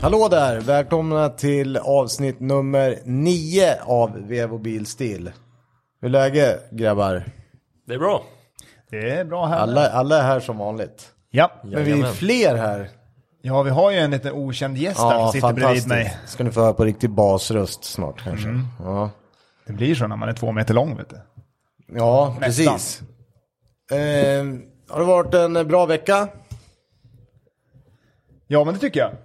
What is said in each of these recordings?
Hallå där, välkomna till avsnitt nummer 9 av Vevo Bilstil. Hur är läget, grabbar? Det är bra. Det är bra här. Alla är här som vanligt. Ja. Men vi är fler här. Ja, vi har ju en liten okänd gäst där som sitter bredvid mig. Ska ni få höra på riktig basröst snart kanske. Ja. Det blir så när man är 2 meter lång, vet du. Ja, precis. Har det varit en bra vecka? Ja, men det tycker jag.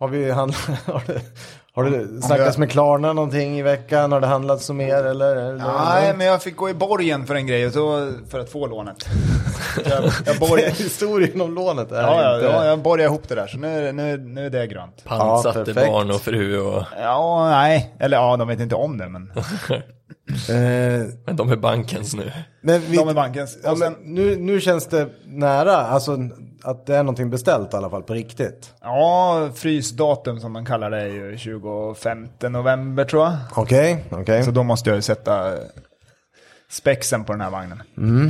Har du snackats med Klarna någonting i veckan? Har det handlats om mer eller? Nej, men jag fick gå i borgen för en grej och så för att få lånet. jag borgade historien om lånet är ja, jag borgade ihop det där, så nu är det grönt. Pantsatte barn och fru och... Ja, nej. Eller ja, de vet inte om det, men... Men de är bankens nu. De är bankens. Ja, men nu känns det nära, alltså att det är någonting beställt i alla fall på riktigt. Ja, frysdatum som man kallar det är ju 25 november tror jag. Okej. Så då måste jag ju sätta spexen på den här vagnen.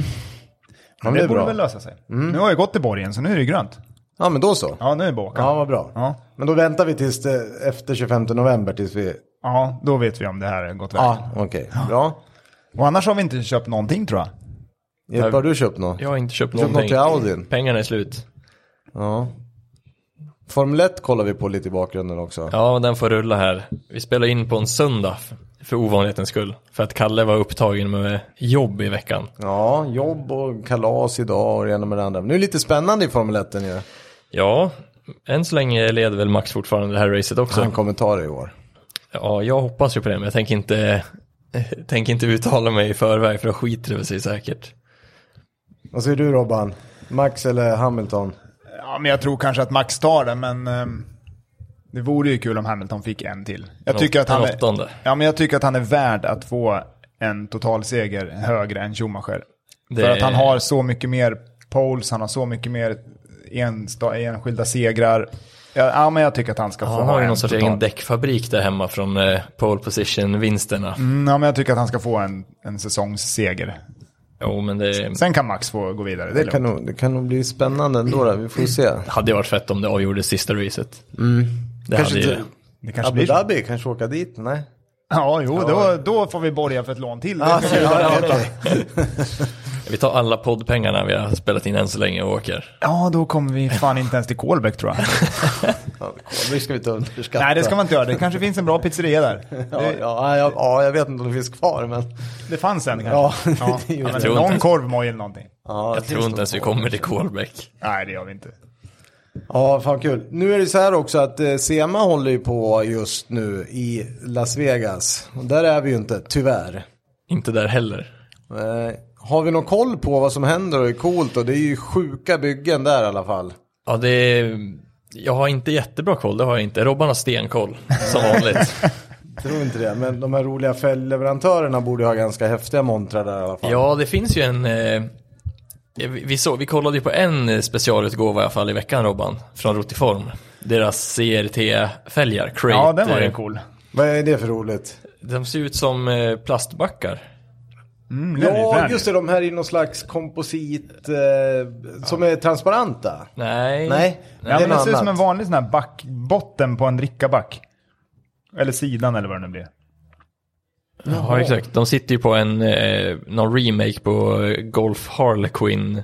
Ja, det borde väl lösa sig. Nu har jag gått till borgen, så nu är det grönt. Ja, men då så. Ja, nu är det båka. Ja, vad bra. Ja. Men då väntar vi tills efter 25 november tills vi... Ja, då vet vi om det här har gått vägen. Ja, okej. Bra. Och annars har vi inte köpt någonting, tror jag. Har du köpt något? Jag har inte köpt Köpt något någonting. till Audin? Pengarna är slut. Ja. Formel 1 kollar vi på lite i bakgrunden också. Ja, den får rulla här. Vi spelar in på en söndag för ovanlighetens skull. För att Kalle var upptagen med jobb i veckan. Ja, jobb och kalas idag och det ena med det andra. Men nu är det lite spännande i Formel 1 ju. Ja, än så länge leder väl Max fortfarande det här racet också. En kommentar i år. Ja, jag hoppas ju på det, men jag tänker inte uttala mig i förväg, för då skiter det väl sig säkert. Vad säger du, Robban? Max eller Hamilton? Ja, men jag tror kanske att Max tar det, men det vore ju kul om Hamilton fick en till. Jag tycker att han är värd att få en totalseger högre än Schumacher. För att han har så mycket mer poles, han har så mycket mer enskilda segrar. Ja, men jag tycker att han ska få han har ju någon sorts total. egen däckfabrik där hemma från pole position-vinsterna. Ja, men jag tycker att han ska få en säsongsseger. Jo, men Sen kan Max få gå vidare. Det kan nog bli spännande ändå då. Vi får se. Det hade varit fett om det avgjorde sista racet. Det Kanske hade ju inte. Det kanske Abu blir så. Dhabi kanske åka dit, nej? Ja, då får vi borga för ett lån till. Vi tar alla poddpengarna vi har spelat in än så länge och åker. Ja, då kommer vi fan inte ens till Kolbäck, tror jag. Det ska vi ta underskatta. Nej, det ska man inte göra. Det kanske finns en bra pizzeria där. Ja, jag vet inte om det finns kvar, men... Det fanns en kanske. Jag tror någon inte. korvmoj eller någonting. Ja, Jag tror inte ens vi kommer till Kolbäck. Nej, det gör vi inte. Ja, fan kul. Nu är det så här också att SEMA håller ju på just nu i Las Vegas. Och där är vi ju inte, tyvärr. Inte där heller. Har vi någon koll på vad som händer och är coolt? Och det är ju sjuka byggen där i alla fall. Ja, jag har inte jättebra koll, det har jag inte. Robban har stenkoll, som vanligt. Tror inte det, men de här roliga fälgleverantörerna borde ha ganska häftiga montrar där i alla fall. Ja, det finns ju en... Vi kollade ju på en specialutgåva i alla fall i veckan, Robban, från Rotiform. Deras CRT-fälgar, Crate. Ja, den var ju cool. Vad är det för roligt? De ser ut som plastbackar. Ja, just det, de här i någon slags komposit som är transparenta. Nej. Ja, men det ser ut som en vanlig sån här botten på en drickaback. Eller sidan eller vad det nu blir. Ja, exakt. De sitter ju på någon remake på Golf Harlequin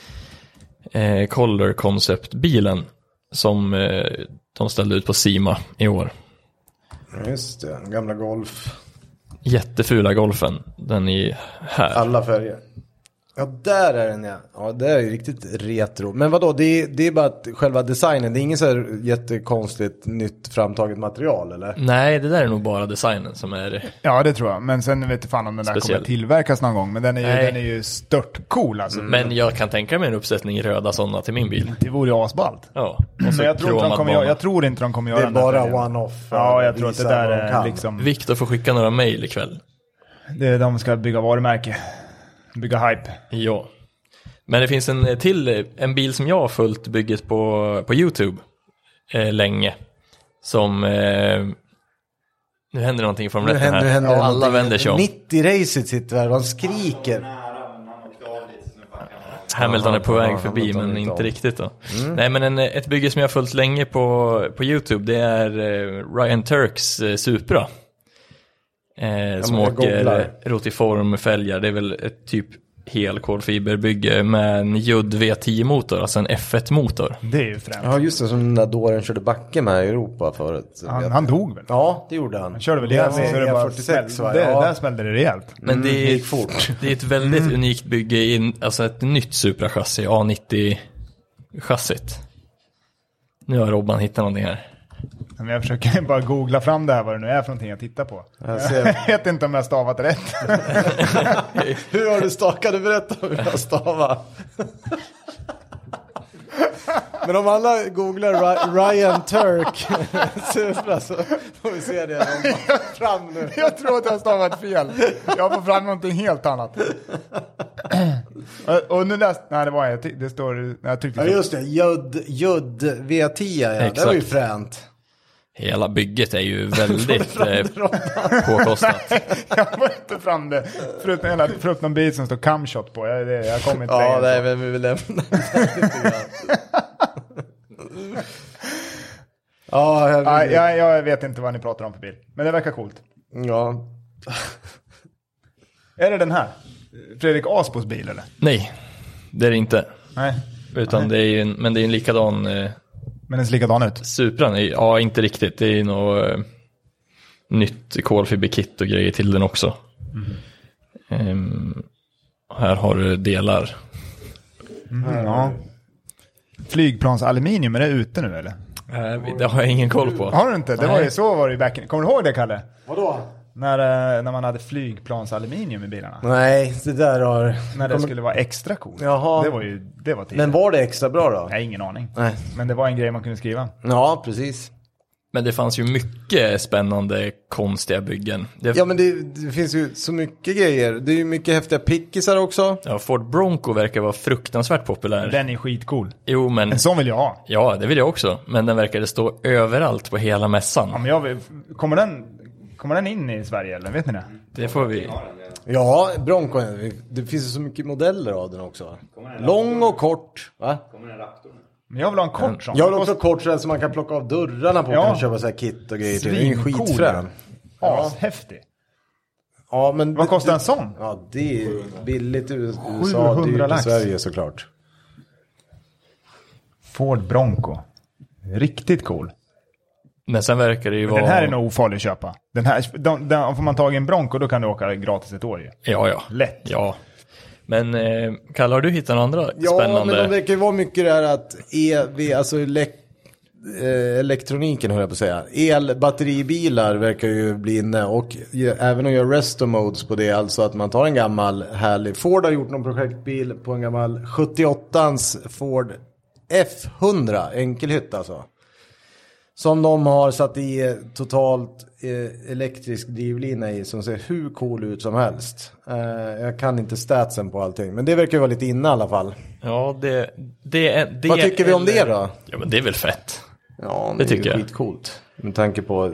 Color Concept-bilen som de ställde ut på SEMA i år. Just det, den gamla Golf. Jättefula Golfen. Den är här. Alla färger. Ja, där är den, ja. Ja, det är ju riktigt retro. Men vadå, det är bara att själva designen. Det är inget så här jättekonstigt nytt framtaget material, eller? Nej, det där är nog bara designen som är... Ja, det tror jag. Men sen vet jag fan om den där speciell. kommer tillverkas någon gång. Men den är ju stört cool alltså. Men jag kan tänka mig en uppsättning röda sådana till min bil. Det vore ju asballt. Ja. Men jag tror inte de kommer göra det är bara one-off. Ja, jag tror att det där är liksom... Victor får skicka några mejl ikväll. De ska bygga varumärke. Bygga hype. Ja. Men det finns en bil som jag har följt bygget på YouTube länge. Som nu händer någonting från rätten här. Händer alla vänder sig om. 90 racet sitter där, de skriker. Hamilton är på väg förbi, men inte riktigt då. Nej, men ett bygge som jag har följt länge på YouTube, det är Ryan Turks Supra. Som åker rotiformfälgar. Det är väl ett typ helkolfiberbygge med en Judd V10-motor, alltså en F1-motor. Det är ju främt. Ja, just det, som den där dåren körde backe med i Europa förut. Han dog väl? Ja, det gjorde han. Han körde väl det så det bara 46, va? Där smällde det rejält. Men det är fort. Det är ett väldigt unikt bygge, alltså ett nytt Supra-chassi, A90-chassit. Nu har Robban hittat någonting här. Men jag försöker bara googla fram det här, vad det nu är för någonting jag tittar på. Jag vet inte om jag stavat rätt. Hur har du stakat? Du berättar hur jag stavar. Men om alla googlar Ryan Turk Supra så får vi se det fram nu. Jag tror att jag har stavat fel. Jag får fram någonting helt annat. Och nu läste... Nej, det står... Jag tyckte ja, just det. Judd V10, ja. Det var ju fränt. Hela bygget är ju väldigt påkostat. Jag får inte fram det. Förutom någon bil som står camshot på. Jag kommer inte längre. Ja, nej, men vi vill lämna jag vet inte vad ni pratar om för bil. Men det verkar coolt. Ja. Är det den här? Fredrik Asbos bil, eller? Nej, det är det inte. Nej. Utan det är ju men det är en likadan... Men den ser likadan ut? Supran, ja, inte riktigt. Det är nog nytt kolfiberkit och grejer till den också. Här har du delar. Ja. Flygplansaluminium, är det ute nu eller? Det har jag ingen koll på. Har du inte? Det var ju så var det i backen. Kommer du ihåg det, Kalle? Vadå? När man hade flygplansaluminium i bilarna. Nej, det där har... När det skulle vara extra coolt. Jaha. Det var tidigt. Men var det extra bra då? Jag har ingen aning. Nej. Men det var en grej man kunde skriva. Ja, precis. Men det fanns ju mycket spännande, konstiga byggen. Ja, men det finns ju så mycket grejer. Det är ju mycket häftiga pickisar också. Ja, Ford Bronco verkar vara fruktansvärt populär. Den är skitcool. Jo, men... En sån vill jag ha. Ja, det vill jag också. Men den verkade stå överallt på hela mässan. Ja, men kommer den in i Sverige, eller vet ni det? Det får vi... Ja, Bronco. Det finns ju så mycket modeller av den också. Lång och kort. Va? Kommer en Raptor nu? Men jag vill ha en kort sån. Jag vill också kort så som man kan plocka av dörrarna på. Ja. Och köpa så här kit och grejer till. Det är ju skitfrän. Ja, häftig. Ja, men vad kostar en sån? Ja, det är billigt i USA, dyrt i Sverige såklart. Ford Bronco. Riktigt cool. Men sen verkar det ju vara... Den här är nog ofarlig att köpa. Den här, får man tag i en Bronco, då kan du åka gratis ett år ju. Ja. Lätt. Ja. Men Kalle, har du hittat några andra spännande? Ja, men det verkar ju vara mycket det här att alltså elektroniken, höll jag på att säga. Elbatteribilar verkar ju bli inne, och även att göra resto modes på det, alltså att man tar en gammal härlig... Ford har gjort någon projektbil på en gammal 78ans Ford F100, enkelhytt alltså. Som de har satt i totalt elektrisk drivlina i, som ser hur cool ut som helst. Jag kan inte statsen på allting, men det verkar ju vara lite inne i alla fall. Ja, det vad tycker vi om det då? Ja, men det är väl fett. Ja, det tycker jag. Skitcoolt. Med tanke på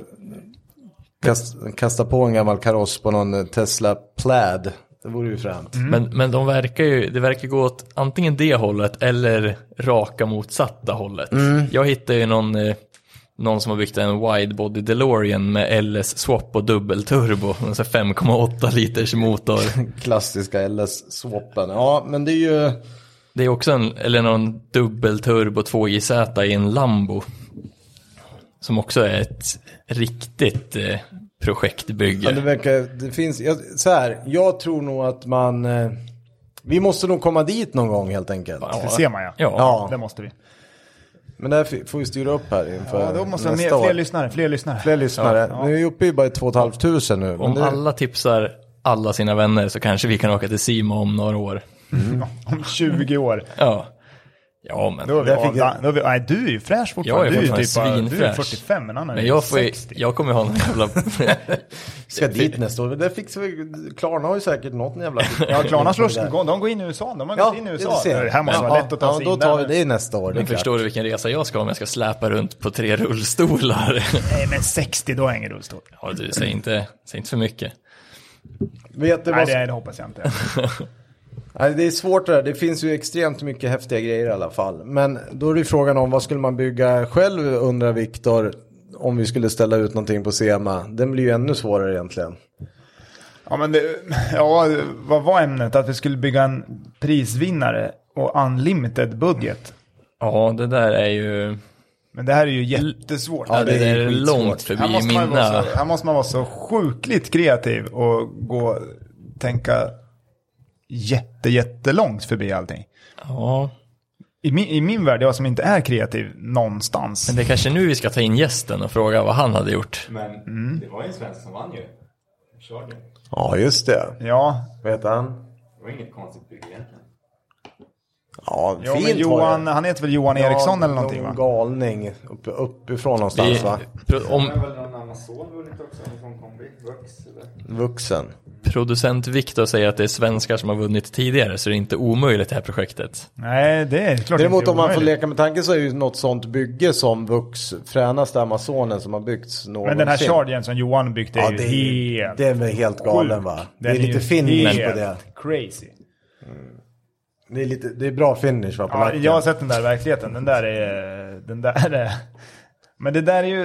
kasta på en gammal kaross på någon Tesla Plaid. Det vore ju främt. Men det verkar gå åt antingen det hållet eller raka motsatta hållet. Jag hittade ju någon som har byggt en widebody DeLorean med LS-swap och dubbelturbo. En 5,8 liters motor. Klassiska LS-swappen. Ja, men det är ju... Det är också någon dubbelturbo 2JZ i en Lambo. Som också är ett riktigt projektbygge. Ja, det finns... jag tror nog att man... vi måste nog komma dit någon gång helt enkelt. Ja, det ser man ja. Det måste vi. Men där får vi styra upp här inför nästa år. Då måste vi ha fler lyssnare. Ja. Nu är vi uppe i bara 2 500 nu. Om alla tipsar alla sina vänner så kanske vi kan åka till Sima om några år. Om 20 år. Ja, men... Du är ju fräsch fortfarande. Jag är fortfarande svinfräsch. Du är 45, men annan men är 60. Jag kommer ha en jävla... Ska dit nästa år. Det fixar vi. Klarna har ju säkert något jävla... Ja, Klarna de går in i USA. De har gått in i USA. Det här måste vara lätt att ta sig in. Då tar vi det nästa år. Men förstår du vilken resa jag ska om jag ska släpa runt på 3 rullstolar? Nej, men 60 då är ingen rullstol. Ja, du säger inte för mycket. Vet du Nej, det hoppas jag inte. Det är svårt det där. Det finns ju extremt mycket häftiga grejer i alla fall. Men då är det frågan om vad skulle man bygga själv, undrar Viktor, om vi skulle ställa ut någonting på SEMA. Den blir ju ännu svårare egentligen. Ja, men vad var ämnet? Att vi skulle bygga en prisvinnare och unlimited budget. Ja, det där är ju... Men det här är ju jättesvårt. Ja, det är långt förbi här måste man vara så sjukligt kreativ och tänka jättelångt förbi allting. Ja. I min värld, jag som inte är kreativ någonstans. Men det är kanske nu vi ska ta in gästen och fråga vad han hade gjort. Men det var ju en svensk som vann ju. Charlie. Ja, just det. Ja. Vad heter han? Det var inget konstigt bygge egentligen. Ja, jo, fint Johan, han heter väl Johan Eriksson eller någonting, va? Galning uppifrån någonstans, va? Det var väl någon Amazon vunnit också, från kombi, Vuxen. Producent Viktor säger att det är svenskar som har vunnit tidigare, så det är inte omöjligt det här projektet. Nej, det är klart. Däremot om man får leka med tanken så är ju något sånt bygge som fränaste Amazonen som har byggts någonsin. Men den här chargen som Johan byggde är ju helt... Det är väl helt galen, va? Det är lite finish på det. Crazy. Det är bra finish, va, på nacken. Jag har sett den där i verkligheten. Den där är... Men det där är ju...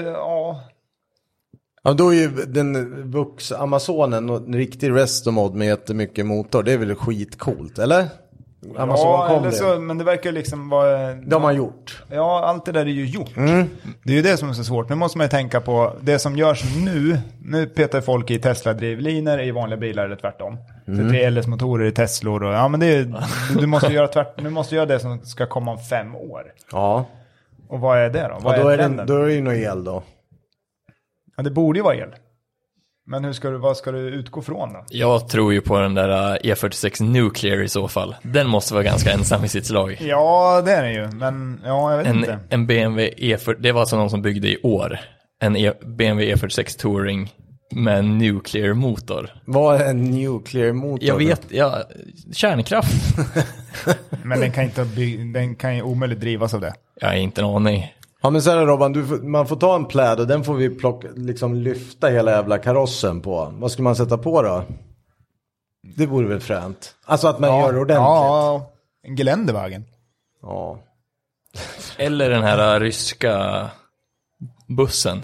Ja, då är ju den Amazonen och en riktig restomod med jättemycket motor. Det är väl skitcoolt, eller? Men det verkar liksom vara... Det har man gjort. Ja, allt det där är ju gjort. Det är ju det som är så svårt. Nu måste man ju tänka på det som görs nu. Nu petar folk i Tesla-drivlinor i vanliga bilar eller tvärtom. Så det är LS-motorer i Teslor. Och, ja, men det är, du måste göra det som ska komma om 5 år. Ja. Och vad är det då? Då är det ju någon el då. Ja, det borde ju vara el. Men vad ska du utgå från då? Jag tror ju på den där E46 Nuclear i så fall. Den måste vara ganska ensam i sitt slag. Ja, det är den ju. Men ja, jag vet inte. En BMW E40, det var alltså någon som byggde i år. En BMW E46 Touring med en Nuclear motor. Vad är en Nuclear motor? Jag vet, kärnkraft. Men den kan ju omöjligt drivas av det. Jag har inte en aning. Ja, men så här, Robban, man får ta en pläd och den får vi lyfta hela jävla karossen på. Vad ska man sätta på då? Det vore väl fränt. Alltså att man gör det ordentligt. Ja, en Geländewagen. Ja. Eller den här ryska bussen.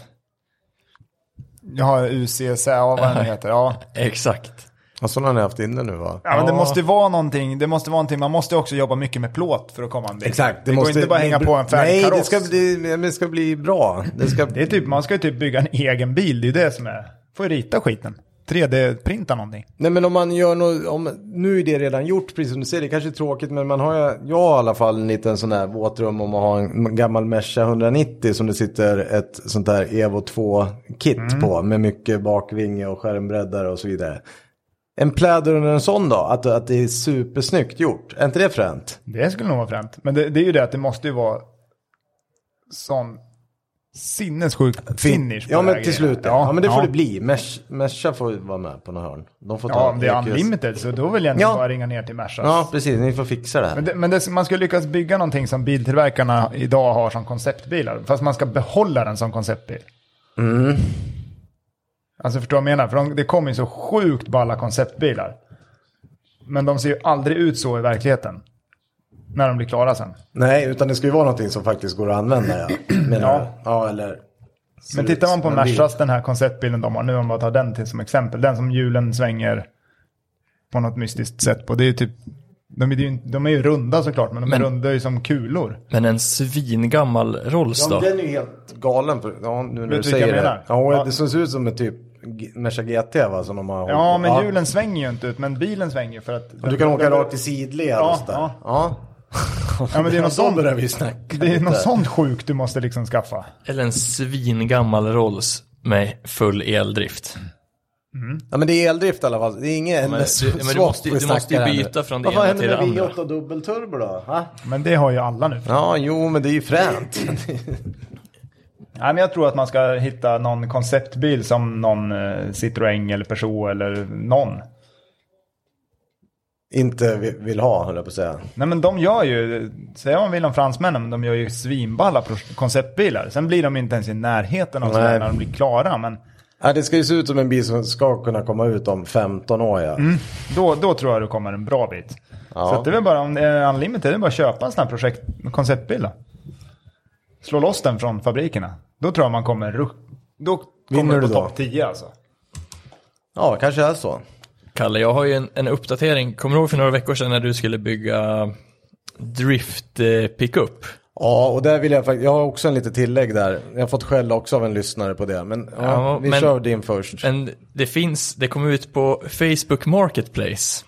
Ja, UCC, vad den heter. Ja, exakt. Alltså den har ni haft inne nu, va? Ja, men det måste vara någonting. Man måste också jobba mycket med plåt för att komma en bit. Exakt. Det går inte bara hänga på en färdig kaross. Nej, det ska bli bra. Det är typ, man ska ju typ bygga en egen bil. Det är ju det som är. Får rita skiten. 3D-printa någonting. Nej, men om man gör nu är det redan gjort, precis som du säger. Det kanske är tråkigt, men jag har i alla fall en liten sån här våtrum om att ha en gammal Merca 190 som det sitter ett sånt där Evo 2-kit på. Med mycket bakvinge och skärmbreddare och så vidare. En pläder under en sån då? Att det är supersnyggt gjort. Är inte det fränt? Det skulle nog vara fränt. Men det är ju det att det måste ju vara sån sinnessjuk finish. Ja, men till slut. Ja, men det får det bli. Merca får vara med på några hörn. De får om det är unlimited så då vill jag inte bara ringa ner till Merca. Ja, precis. Ni får fixa det. Men man ska lyckas bygga någonting som biltillverkarna idag har som konceptbilar. Fast man ska behålla den som konceptbil. Alltså förstår jag menar? För det kommer ju så sjukt balla konceptbilar. Men de ser ju aldrig ut så i verkligheten. När de blir klara sen. Nej, utan det ska ju vara någonting som faktiskt går att använda. Men tittar man på Mercas, den här konceptbilen de har nu, om man tar den till som exempel. Den som hjulen svänger på något mystiskt sätt på. Det är ju typ, de är ju runda såklart, men de är runda ju som kulor. Men en svingammal Rolls då? Ja, den är ju helt galen. Nu när du säger det. Ja, det ser ut som ett typ Merca GT, va? Som de har ja, men hjulen svänger ju inte ut, men bilen svänger för att... Du kan åka rakt i sidled. Ja, men det är något sånt börjar vi snacka. Det är något sånt sjukt du måste liksom skaffa. Eller en svingammal Rolls med full eldrift. Ja, men det är eldrift i alla fall. Det är ingen men du måste ju byta från det ena till det andra. Vad händer med V8 dubbelturbo då? Ha? Men det har ju alla nu. Ja, jo, men det är ju fränt. Nej, men jag tror att man ska hitta någon konceptbil som någon Citroën eller Peugeot eller någon inte vill ha, höll jag på att säga. Nej, men de gör ju, säger man vill om fransmännen, men de gör ju svinballa konceptbilar. Sen blir de inte ens i närheten av sådär när de blir klara, men... Ja, det ska ju se ut som en bil som ska kunna komma ut om 15 år. Ja. Då tror jag det kommer en bra bit. Ja. Så att det är väl bara, om det är Unlimited, det är bara att köpa en sån här konceptbil då. Slå loss den från fabrikerna. Då tror jag man kommer på topp 10 alltså. Ja, kanske är så. Kalle, jag har ju en uppdatering. Kommer du ihåg för några veckor sedan när du skulle bygga drift pickup? Ja, och där vill jag har också en lite tillägg där. Jag har fått skäll också av en lyssnare på det. Men vi kör din först. Men det kom ut på Facebook Marketplace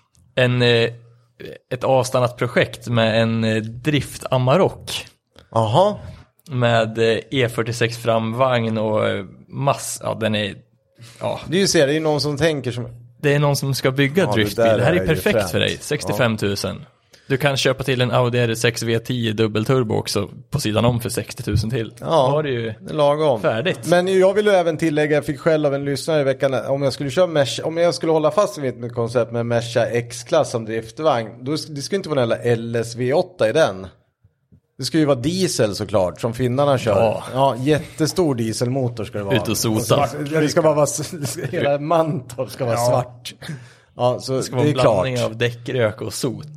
ett avstannat projekt med en drift Amarok. Aha. Med E46 framvagn och den är... Ja. Det är ju någon som tänker som... Det är någon som ska bygga driftbil. Det här är perfekt för dig. 65 000. Du kan köpa till en Audi R6 V10 dubbelturbo också på sidan om för 60 000 till. Ja, då har det ju lagom. Färdigt. Men jag vill ju även tillägga, jag fick själv av en lyssnare i veckan, om jag skulle hålla fast vid ett koncept med Merca X-klass som driftvagn, det skulle inte vara en LSV8 i den. Det ska ju vara diesel såklart, som finnarna kör. Ja, jättestor dieselmotor ska det vara. Ut och sota. Det ska bara vara, hela Mantorp ska vara svart. Ja, så det ska vara en blandning av däckrök och sot.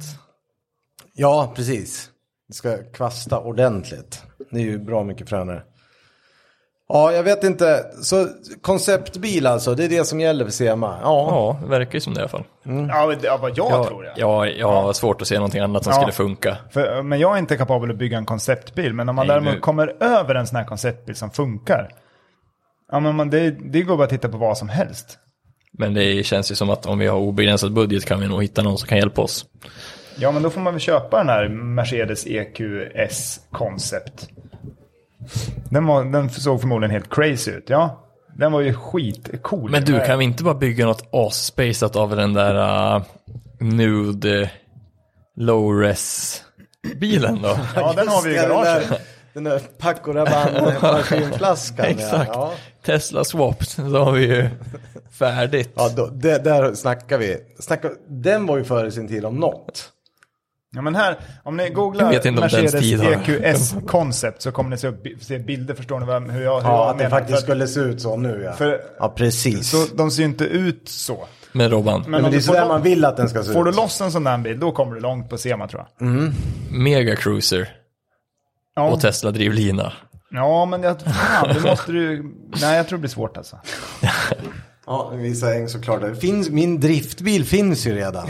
Ja, precis. Det ska kvasta ordentligt. Det är ju bra mycket fränare. Ja, jag vet inte. Så konceptbil alltså, det är det som gäller för CMA. Ja, det verkar ju som det i alla fall. Ja, vad jag tror det. Jag har svårt att se någonting annat som skulle funka. Men jag är inte kapabel att bygga en konceptbil. Men om man däremot kommer över en sån här konceptbil som funkar. Ja, men det går bara att titta på vad som helst. Men det känns ju som att om vi har obegränsad budget kan vi nog hitta någon som kan hjälpa oss. Ja, men då får man väl köpa den här Mercedes EQS Concept. Den såg förmodligen helt crazy ut, ja. Den var ju skitcool. Men du, kan vi inte bara bygga något as-spaceat av den där nude low-res-bilen då? Ja, den har vi i garaget. Den där Paco Rabanne-parfymflaskan. Exakt. Ja. Tesla swapped, så har vi ju färdigt. Ja, där snackar vi. Den var ju före sin tid om något. Ja, men här, om ni googlar Mercedes EQS Concept så kommer ni se bilder, förstår ni hur jag att det faktiskt skulle se ut så nu, ja. Ja, precis. Så de ser ju inte ut så. Men Robban. Men det är så där man vill att den ska se ut. Får du loss en sån där bil, då kommer du långt på SEMA, tror jag. Mega Cruiser. Ja. Och Tesla drivlina. Ja, men det måste du... Nej, jag tror det blir svårt alltså. Ja, vissa är såklart. Min driftbil finns ju redan.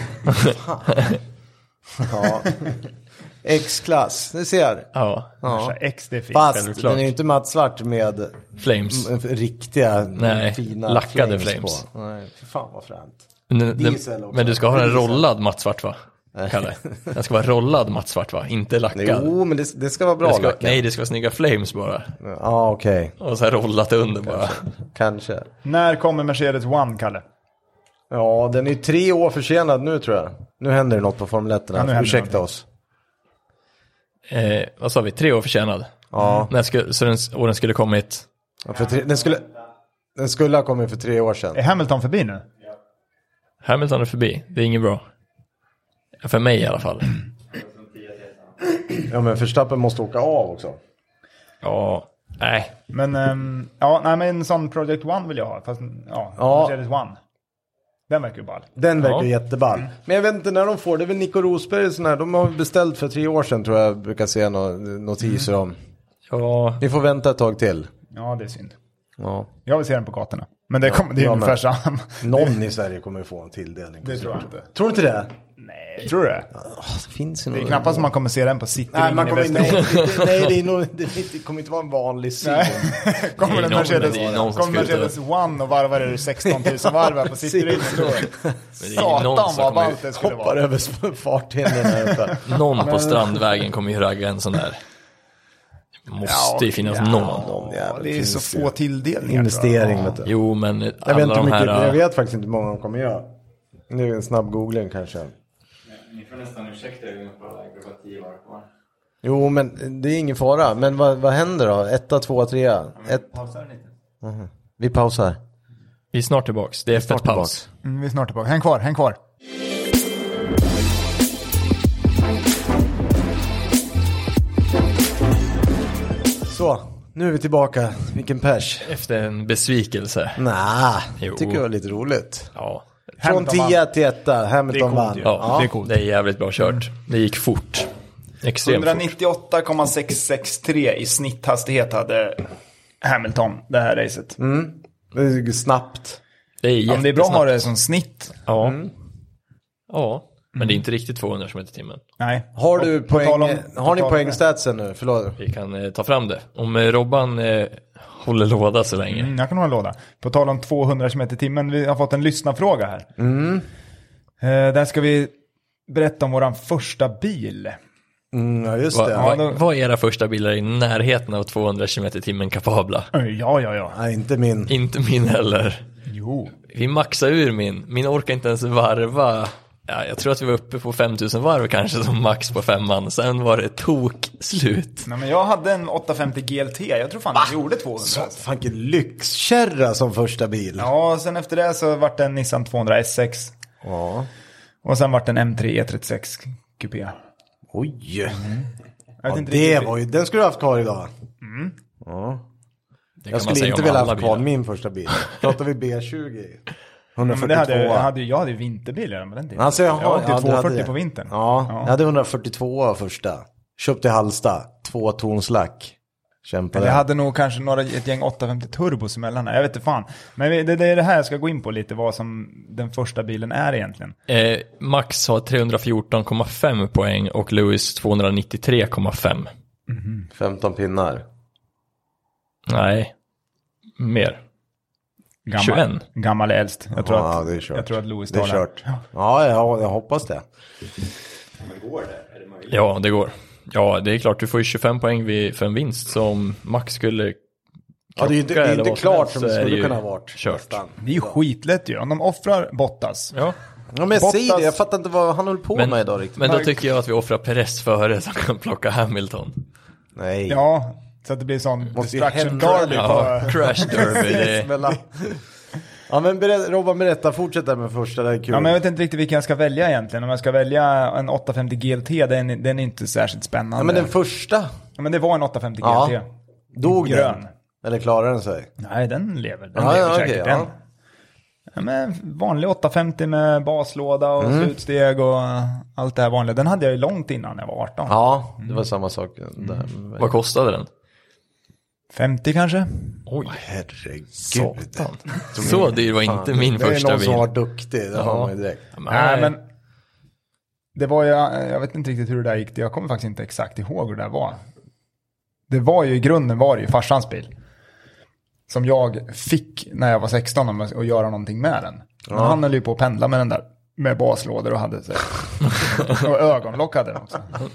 Ja. X-klass, det ser. Ja. X, det är fint. Fast den är ju inte mattsvart med flames. Riktiga fina lackade flames. Nej, fan vad fränt. Men du ska ha en rollad mattsvart, va? Kalle. Den ska vara rollad mattsvart, va? Inte lackad. Jo, men det ska vara bra lackad. Nej, det ska vara snygga flames bara. Ja, okej. Och så här rollat under bara. Kanske. När kommer Mercedes One, Kalle? Ja, den är 3 år försenad nu, tror jag. Nu händer det något på Formel 1. Ursäkta oss. Vad sa vi? 3 år försenad? Ja. Så den skulle kommit... Ja, den skulle ha kommit för 3 år sedan. Är Hamilton förbi nu? Ja. Hamilton är förbi. Det är inget bra. För mig i alla fall. Ja, men Verstappen måste åka av också. Ja, nej. Men, men en sån Project One vill jag ha. Fast, Mercedes One. Den verkar ju ball. Den verkar jätteball. Men jag vet inte när de får. Det är väl Nico Rosberg sån här. De har beställt för 3 år sedan, tror jag. Brukar se notiser om. Ja. Vi får vänta ett tag till. Ja, det är synd. Ja. Jag vill se den på gatorna. Men det är ungefär samma. Någon i Sverige kommer få en tilldelning. Det tror jag inte. Tror du inte det? Nej, tror du det? Det finns ju det är knappast som man kommer se den på Cityringen. Nej, det kommer inte vara en vanlig syn. Kommer den Mercedes One och varvar det 16 000 varvar på Cityringen då? Satan vad ballt det skulle vara. Hoppar över farthinderna. Någon på Strandvägen kommer ju ragga en sån där. Måste ju finnas någon. Det är så få tilldelningar. Investering, vet du. Jo, men jag vet faktiskt inte hur många de kommer göra. Nu är en snabb googling kanske. Ni får nästan ursäkta er på klockan 10 var kvar. Jo, men det är ingen fara. Men vad händer då? 1, 2, 3. Pausar lite. Vi pausar. Vi är snart tillbaks. Det är efter ett paus. Vi är snart tillbaka. Häng kvar. Så, Nu är vi tillbaka. Vilken pers. Efter en besvikelse. Tycker det var lite roligt. Ja. Från 10 till 1. Hamilton vann. Ja, det är coolt. Det är jävligt bra kört. Det gick fort. Extremt 198,663 i snitthastighet hade Hamilton det här racet. Det är snabbt. Det är jättesnabbt. Det är bra att ha det som snitt. Ja. Ja. Men det är inte riktigt 200 km i timmen. Nej. Har ni poängstatsen nu? Förlåt. Vi kan ta fram det. Om Robban håller låda så länge. Jag kan hålla låda. På tal om 200 km i timmen. Vi har fått en lyssnarfråga här. Där ska vi berätta om våran första bil. Ja, just det. Vad är era första bilar i närheten av 200 km i timmen kapabla? Ja. Nej, inte min. Inte min heller. Jo. Vi maxar ur min. Min orkar inte ens varva. Ja, jag tror att vi var uppe på 5000 varv kanske som max på 5man. Sen var det slut. Nej, men jag hade en 850 GLT. Jag tror fan jag gjorde 200. Fan, vilken lyxkärra som första bil. Ja, sen efter det så var det en Nissan 200 S6. Ja. Och sen var det en M3 E36 Coupé. Oj. Det var ju, den skulle du haft kvar idag. Ja. Jag skulle inte vilja ha kvar min första bil. Pratar vi B20. 142. Jag hade ju vinterbil redan på den tiden. Alltså jag åkte 240 på vintern. Ja, jag hade 142 första. Köpte i Halsta. 2 tonslack. Kämpade. Jag hade nog kanske ett gäng 850 turbos emellan. Jag vet inte fan. Men det är det här jag ska gå in på lite. Vad som den första bilen är egentligen. Max har 314,5 poäng. Och Lewis 293,5. 15 pinnar. Nej. Mer. 21. Gammal är äldst. Jag tror det är kört. Jag tror att Lewis tar det. Kört. Ja, jag hoppas det. Men går det? Är det möjligt? Ja, det går. Ja, det är klart. Du får ju 25 poäng för en vinst som Max skulle krocka. Ja, det är inte klart som det skulle kunna ha varit. Kört. Det är ju skitlätt ju. Om de offrar Bottas. Ja. Ja, men jag säger det. Jag fattar inte vad han håller på med idag riktigt. Men då tycker jag att vi offrar Perez före som kan plocka Hamilton. Nej. Ja, så att det blir sån distraction derby. Crash derby. Ja, men Robban, berätta. Fortsätt där med första. Det är kul. Ja, men jag vet inte riktigt vilken jag ska välja egentligen. Om jag ska välja en 850 GLT, den är inte särskilt spännande. Ja, men den första. Ja, men det var en 850 GLT. Dog grön. Den? Eller klarar den sig? Nej, den lever. Den lever säkert. Okay, ja, men vanlig 850 med baslåda och slutsteg och allt det här vanliga. Den hade jag ju långt innan jag var 18. Ja, det var samma sak. Där. Vad kostade den? 50 kanske. Oj, herregud. Satan. Så dyr var inte min första bil. Det är någon som var duktig, det har man ju direkt. Nej, men det var ju, jag vet inte riktigt hur det där gick. Jag kommer faktiskt inte exakt ihåg hur det där var. Det var ju i grunden var det ju farsans bil. Som jag fick när jag var 16 om att göra någonting med den. Men han höll ju på att pendla med den där. Med baslådor och hade sig. Och ögonlock hade den också.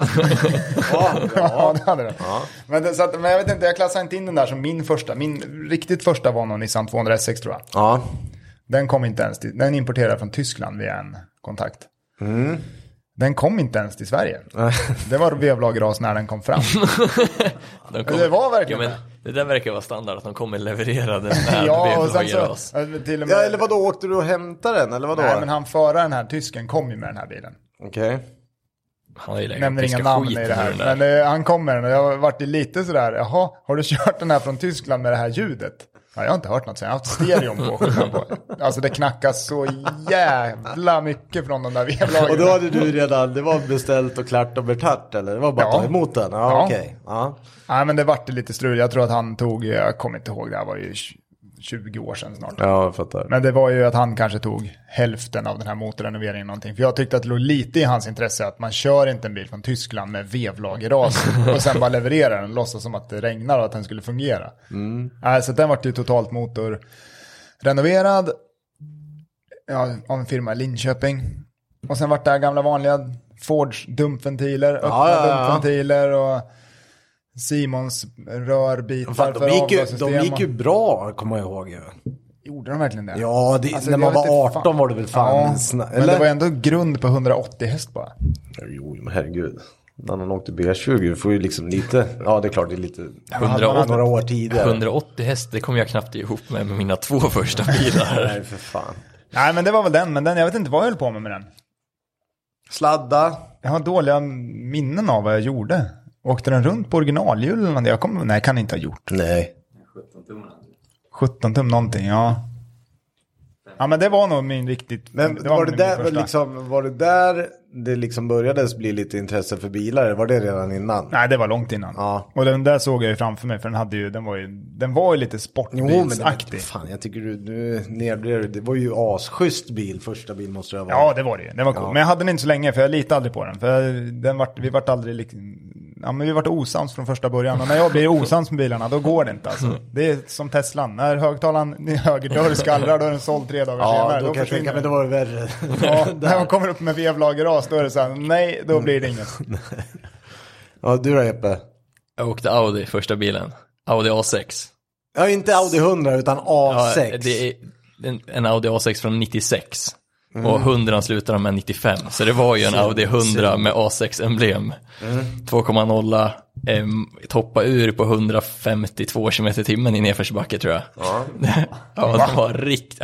Ja, det hade den. Ja. Men jag vet inte, jag klassar inte in den där som min första. Min riktigt första var någon Nissan 200 S6 tror jag. Ja. Den kom inte ens till, den importerade från Tyskland via en kontakt. Den kom inte ens till Sverige. Det var vevlageras när den kom fram. Det var verkligen det där verkar vara standard att de kommer leverera den med vevlageras. Eller vadå, åkte du och hämtade den? Eller vadå? Nej, men han föraren den här tysken kom ju med den här bilen. Okej. Han nämner inga namn i det här. Men han kom med den och jag har varit lite sådär. Jaha, har du kört den här från Tyskland med det här ljudet? Ja, jag har inte hört något sen. Jag har haft stereon på. Alltså det knackas så jävla mycket från de där vevlagen. Och då hade du redan, det var beställt och klart och betalt eller? Det var bara att ta emot den? Ja, okej. Ja. Nej, men det vart lite strul. Jag tror att han tog, jag kommer inte ihåg, det här var ju 20 år sedan snart. Ja, jag fattar. Men det var ju att han kanske tog hälften av den här motorrenoveringen någonting. För jag tyckte att det låg lite i hans intresse att man kör inte en bil från Tyskland med vevlageras och sen bara levererar den och låtsas som att det regnar och att den skulle fungera. Så den var ju totalt motorrenoverad av en firma i Linköping. Och sen var det här gamla vanliga Fords dumpventiler, öppna dumpventiler och Simons rörbitar för avgassystem. De gick ju bra, kommer jag ihåg. Gjorde de verkligen det? Ja, alltså, när man var 18 var det väl fan. Men det var ändå grund på 180 häst bara. Jo, men herregud. När man åkte B20 får ju liksom lite, ja det är klart det är lite 180, några år tidigare. 180 häst, det kom jag knappt ihop med mina 2 första bilar. Nej, för fan. Nej, men det var väl den, men jag vet inte vad jag höll på med den. Sladda. Jag har dåliga minnen av vad jag gjorde. Åkte den runt på originalhjulen? Nej, kan inte ha gjort. Nej. 17 tum någonting, ja. Ja, men det var nog min riktigt... Men var det där det liksom började bli lite intresse för bilar? Var det redan innan? Nej, det var långt innan. Ja. Och den där såg jag ju framför mig, för den var ju lite sportbilsaktig. Fan, jag tycker du nedbrer. Det var ju asschysst bil, första bil måste det ha varit. Ja, det var det. Det var cool. Men jag hade den inte så länge, för jag litade aldrig på den. För vi vart aldrig liksom... Ja, men vi vart osams från första början. Och när jag blir osams med bilarna, då går det inte. Alltså. Det är som Teslan. När högtalaren i höger dörr skallrar, då är den såld 3 dagar senare. Då kanske det var värre. Ja, när man kommer upp med vevlagerras, då är det så här, nej, då blir det inget. Ja, du då, Jeppe? Jag åkte Audi, första bilen. Audi A6. Ja, inte Audi 100 utan A6. Ja, det är en Audi A6 från 96. Och 100 slutar med 95. Så det var ju en Audi 100 med A6-emblem. 2,0 toppa ur på 152 km/h i nedförsbacke, tror jag. Ja, det var riktigt...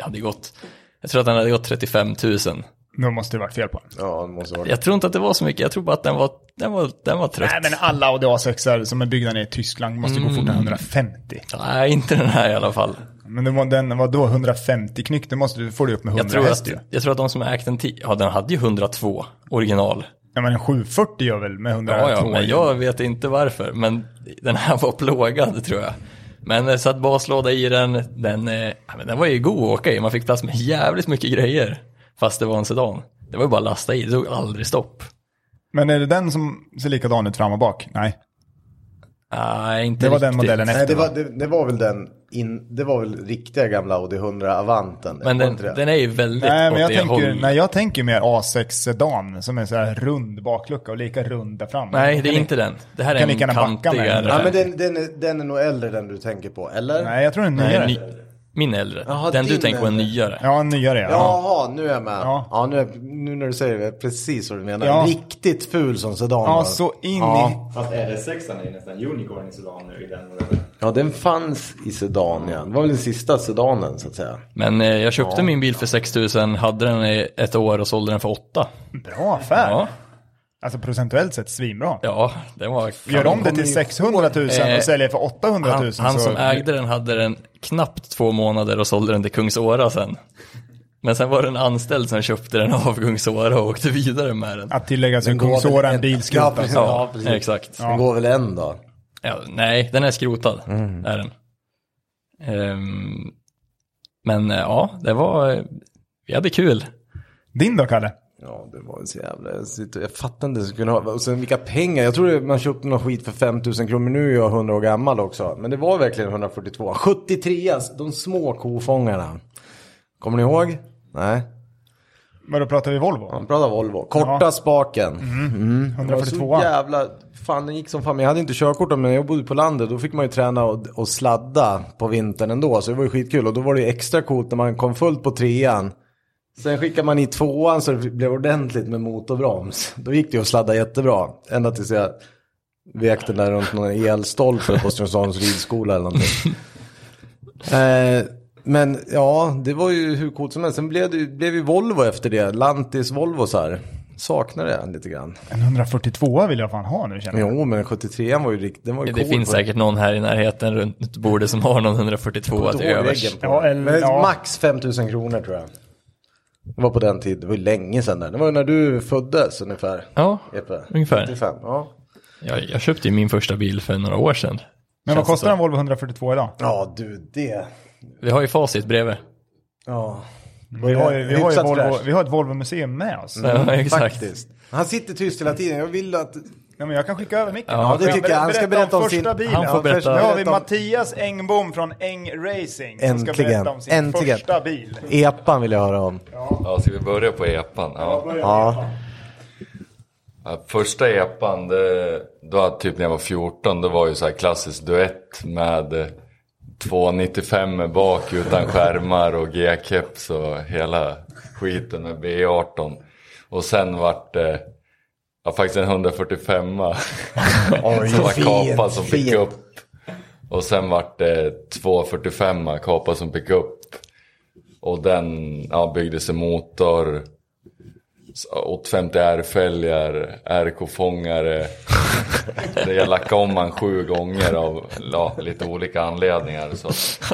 Jag tror att den hade gått 35 000. Nu måste det varit fel på den. Ja, det måste vara. Jag tror inte att det var så mycket. Jag tror bara att den var trött. Nej, men alla Audi A6 som är byggda ner i Tyskland måste gå fortare än 150. Nej, inte den här i alla fall. Men den var då 150 knyck, får du upp med 100 häst. Jag tror att de som ägt en 10, ja, den hade ju 102 original. Ja, men en 740 gör väl med 102. Ja, men jag vet inte varför. Men den här var plågad, tror jag. Men satt baslåda i den var ju god att åka i. Man fick plats med jävligt mycket grejer. Fast det var en sedan. Det var ju bara att lasta i, det tog aldrig stopp. Men är det den som ser likadan ut fram och bak? Nej. Nej, inte det var riktigt. Den modellen efter. Nej, det var väl det var väl riktiga gamla Audi 100 Avanten. Men den är ju väldigt jag tänker mer A6 sedan som är så här rund baklucka och lika rund där fram. Nej, det är inte den. Det här är en kantigare. Ja, men den är nog äldre den du tänker på, eller? Nej, jag tror den är nyare. Min äldre. Jaha, den du tänker på är nyare. Ja, nyare. Ja. Jaha, nu är jag med. Ja, nu när du säger det, precis vad du menar. Ja. Riktigt ful som sedan. Ja, så in i... Fast RS6 är nästan unicorn i sedan nu i den modellen. Ja, den fanns i sedan, ja. Det var väl den sista sedanen, så att säga. Men jag köpte min bil för 6 000, hade den i 1 år och sålde den för 8. Bra affär. Ja. Alltså procentuellt sett svinbra. Ja, det var... Gör de det till 600 000 och säljer för 800 000. Han som ägde den hade den knappt 2 månader och sålde den till Kungsåra sen. Men sen var det en anställd som köpte den av Kungsåra och åkte vidare med den. Att tillägga sig Kungsåra en bilskrot. Ja, exakt. Den går väl en då? Ja, nej, den är skrotad. Är den. Men ja, det var... Vi hade kul. Din då, Kalle? Ja, det var så jävla... Jag fattar inte så kunde ha... Och sen vilka pengar. Jag tror man köpte någon skit för 5 000 kronor. Nu är jag 100 år gammal också. Men det var verkligen 142. 73, de små kofångarna. Kommer ni ihåg? Nej. Men då pratar vi Volvo? Ja, pratar Volvo. Korta spaken. 142. Så jävla... Fan, den gick som fan. Jag hade inte körkort, men jag bodde på landet. Då fick man ju träna och sladda på vintern ändå. Så det var ju skitkul. Och då var det ju extra coolt när man kom fullt på 3:an. Sen skickade man i 2:an så det blev ordentligt med motorbroms. Då gick det ju att sladda jättebra. Ända tills jag väkte där runt någon elstolpe på Strömsholms ridskola eller någonting. Men ja, det var ju hur coolt som helst. Sen blev ju Volvo efter det. Lantis Volvo så här. Saknar det lite grann. En 142 vill jag fan ha nu, känner jag. Jo, men 73 var ju riktigt. Den var ju det cool. Finns säkert någon här i närheten runt bordet som har någon 142 till övers. Max 5 000 kronor tror jag. Det var på den tiden, det var ju länge sedan där. Det var ju när du föddes ungefär. Ja, Epe. ungefär. 85, ja. Jag köpte ju min första bil för några år sedan. Men vad kostar en Volvo 142 idag? Ja, det... Vi har ju facit bredvid. Ja. Vi har ett Volvo-museum med oss. Ja, exakt. Faktiskt. Han sitter tyst hela tiden. Jag vill att... Ja, men jag kan skicka över micken. Ja, det tycker jag. Han ska berätta om sin... bilen. Han får berätta. Nu har vi Mattias Engbom från Eng Racing som ska berätta om sin första bil. Epan vill jag höra om. Ja, ska vi börja på epan? Ja. Första epan, då typ när jag var 14, det var ju så här klassisk duett med 295 bak utan skärmar och G-keps och hela skiten med B18. Och sen vart det faktiskt en 145 som var kapad som pick upp. Och sen vart det 245 kapad som pick upp. Och den byggdes en motor. 850R-fälgar, RK-fångare. Jag lackade om man 7 gånger av lite olika anledningar. Så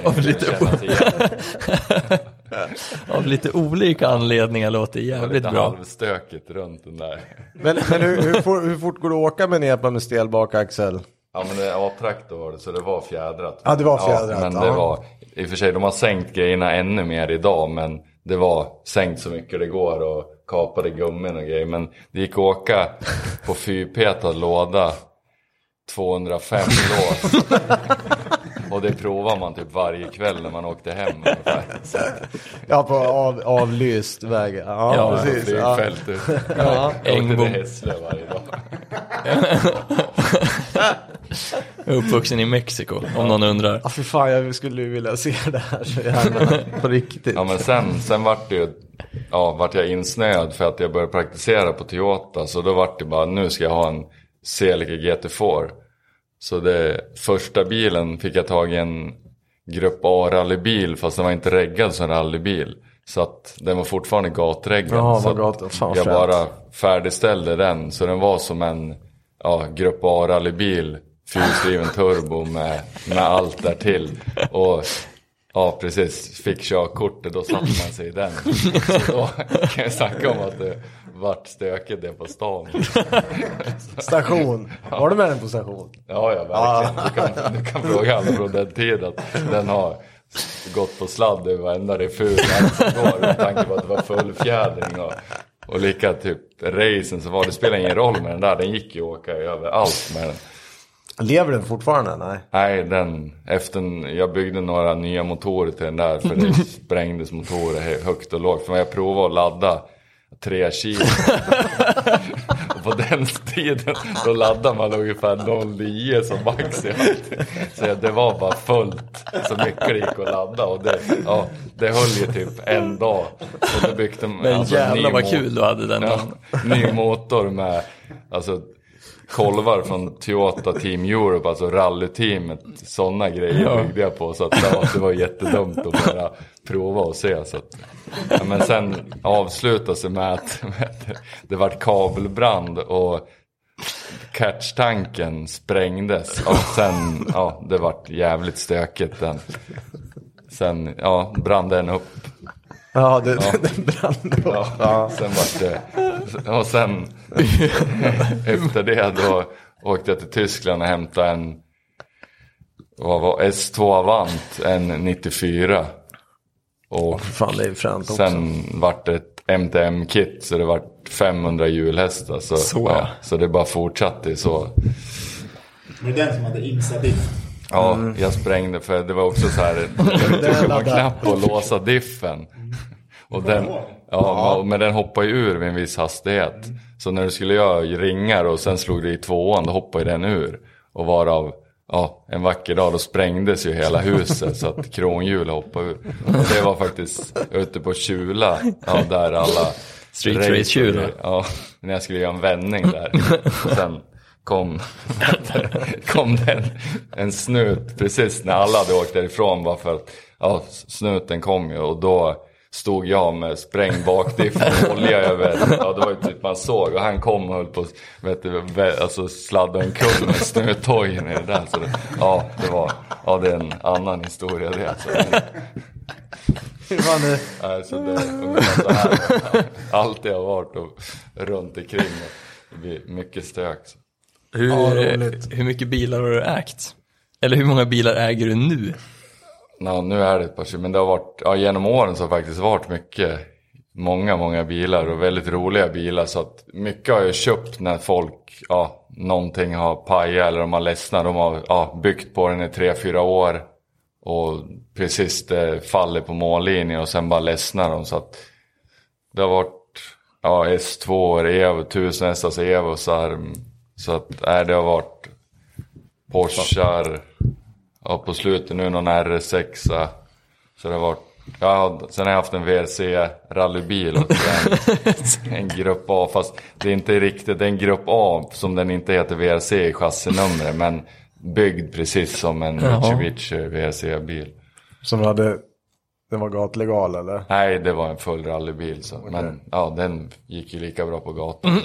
av lite olika anledningar låter jävligt bra. Lite halvstökigt runt den där. Men hur fort går det att åka med en epa med stel bakaxel? Ja, men det är A-traktor var det, så det var fjädrat. Ja, det var fjädrat. Ja, men det var, i och för sig, de har sänkt grejerna ännu mer idag, men det var sänkt så mycket det går och kapade gummin och grejer. Men det gick att åka på 4-petad låda 205 lås. Och det provar man typ varje kväll när man åkte hem. Ja, på avlyst väg. Ja, precis. Flygfält. Ja. Jag åkte till Hässlö varje dag. Jag är uppvuxen i Mexiko, om någon undrar. Ja, för fan, jag skulle vilja se det här så gärna på riktigt. Ja, men sen vart det ju, vart jag insnöad för att jag började praktisera på Toyota. Så då vart det bara, nu ska jag ha en Celica GT4. Så det första bilen fick jag tag i en grupp A-rallybil, fast den var inte reggad som rallybil. Så att den var fortfarande gatreggad. Ja, så jag bara färdigställde den. Så den var som en grupp A-rallybil, fyrhjulsdriven turbo med allt där till. Och precis, fick körkortet, då satte man sig i den. Så då kan jag snacka om att det vart stökigt det på stan. Station. Var du med den på station? Ja, verkligen. Du kan fråga alla från den tiden att den har gått på sladd över varenda refus som går, med tanke på att det var full fjädring och lika typ racen så var det, spelar ingen roll med den där, den gick ju att åka över allt med den. Lever den fortfarande? Nej, jag byggde några nya motorer till den där, för det sprängdes motorer högt och lågt. För jag provade att ladda 3 kilo. Och på den tiden då laddade man ungefär 0,9 som max. Så det var bara fullt så mycket det gick att ladda. Och det höll ju typ en dag. Och det byggde, men jävlar vad kul du hade den. Ny motor med kolvar från Toyota Team Europe, alltså rallyteamet, sådana grejer byggde jag på, så att det var jättedumt att bara prova och se. Så att, men sen avslutade sig med att det var kabelbrand och catchtanken sprängdes och sen det var jävligt stökigt den. Sen brann den upp. Ja, den brann upp. Ja, sen var det. Och sen efter det då åkte jag till Tyskland och hämtade en S2 Avant, en 94. Och fan, det är fränt också. Sen vart det ett MTM-kit, så det vart 500 hjulhästar. Så det bara fortsatte så. Det är den som hade Imsa-diff. Ja, jag sprängde, för det var också så här, det var knapp att låsa diffen. Och den, men den hoppar ju ur vid en viss hastighet. Så när du skulle göra ringar och sen slog det i 2:an, då hoppar den ur. Och varav, en vacker dag då sprängdes ju hela huset så att kronhjul hoppade ur. Och det var faktiskt ute på Kjula, där alla Street Race Kjula. Ja, när jag skulle göra en vändning där. Sen kom den en snut precis när alla hade åkt därifrån, bara för att snuten kom ju, och då stod jag med sprängd bakdiff och olja över. Det var ju typ man såg, och han kom och höll på alltså sladda en kull med snötojen i det där. Så det är en annan historia det. Så det är så här. Allt jag har varit och runt omkring, det blir mycket stök. Hur mycket bilar har du ägt? Eller hur många bilar äger du nu? Nu är det ett par, men det har varit, genom åren så har det faktiskt varit mycket, många bilar och väldigt roliga bilar. Så att mycket har jag köpt när folk, någonting har pajat eller de har ledsnat. De har byggt på den i 3-4 år och precis det faller på mållinjen och sen bara ledsnar de. Så att det har varit S2, Evo, 1000 SAs Evo så att det har varit Porschar. På slutet nu någon RS6. Så det har varit, sen har jag haft en VRC rallybil och en grupp A, fast det är inte riktigt en grupp A som den inte heter VRC i chassinumret, men byggd precis som en Mitsubishi VRC-bil. Som hade Den var gatlegal eller? Nej, det var en full rallybil. Så. Okay. Men ja, den gick ju lika bra på gatan.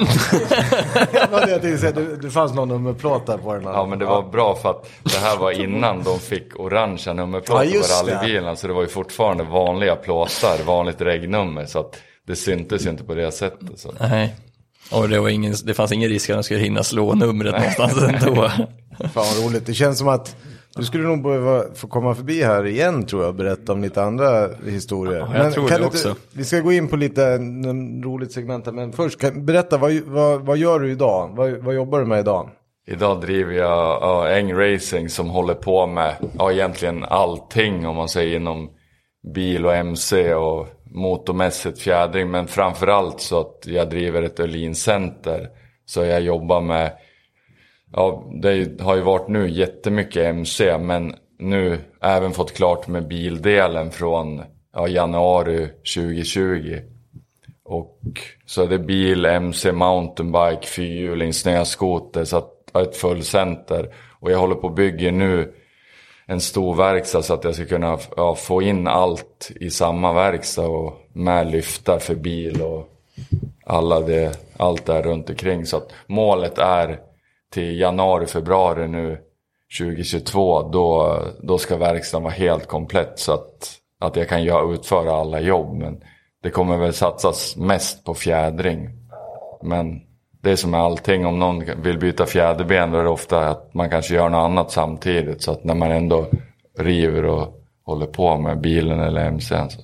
Det fanns någon nummerplåt där på den. Ja, men det var bra för att det här var innan de fick orangea nummerplåtar på rallybilen. Så det var ju fortfarande vanliga plåtar, vanligt regnummer. Så att det syntes ju inte på det sättet. Så. Nej, och det fanns ingen risk att de skulle hinna slå numret någonstans ändå. Fan vad roligt, det känns som att du skulle nog behöva få komma förbi här igen tror jag och berätta om lite andra historier. Ja, jag tror det också. Vi ska gå in på lite roligt segment här, men först berätta, vad gör du idag? Vad jobbar du med idag? Idag driver jag Eng Racing som håller på med egentligen allting om man säger inom bil och MC och motormässigt fjädring. Men framförallt så att jag driver ett Öhlin-center så jag jobbar med. Ja, det har ju varit nu jättemycket MC men nu även fått klart med bildelen från januari 2020. Och så är det bil, MC, mountainbike, fyrhjuling, snöskoter så att ett fullcenter. Och jag håller på att bygga nu en stor verkstad så att jag ska kunna få in allt i samma verkstad och med lyftar för bil och allt där runt omkring. Så att målet är till januari, februari nu 2022 då ska verkstaden vara helt komplett så att jag kan utföra alla jobb. Men det kommer väl satsas mest på fjädring. Men det är som med allting, om någon vill byta fjäderben då är det ofta att man kanske gör något annat samtidigt. Så att när man ändå river och håller på med bilen eller MC:n så.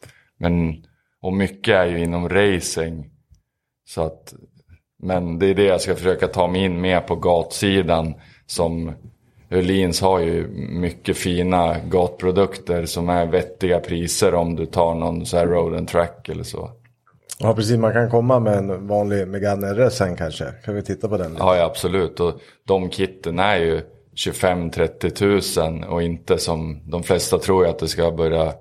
Och mycket är ju inom racing så att. Men det är det jag ska försöka ta mig in med på gatsidan. Som Öhlins har ju mycket fina gatprodukter som är vettiga priser om du tar någon så här road and track eller så. Ja precis, man kan komma med en vanlig Megane RS sen kanske. Kan vi titta på den? Ja absolut, och de kitten är ju 25-30 000 och inte som de flesta tror att det ska börja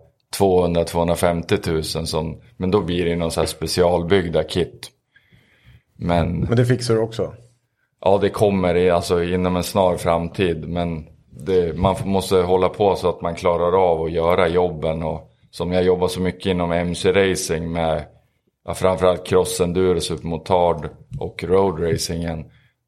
200-250 000 men då blir det någon så här specialbyggda kit. Men det fixar du också? Ja, det kommer inom en snar framtid. Men man måste hålla på så att man klarar av att göra jobben. Och som jag jobbar så mycket inom MC-racing med framförallt cross-enduro, supermotard och road-racingen.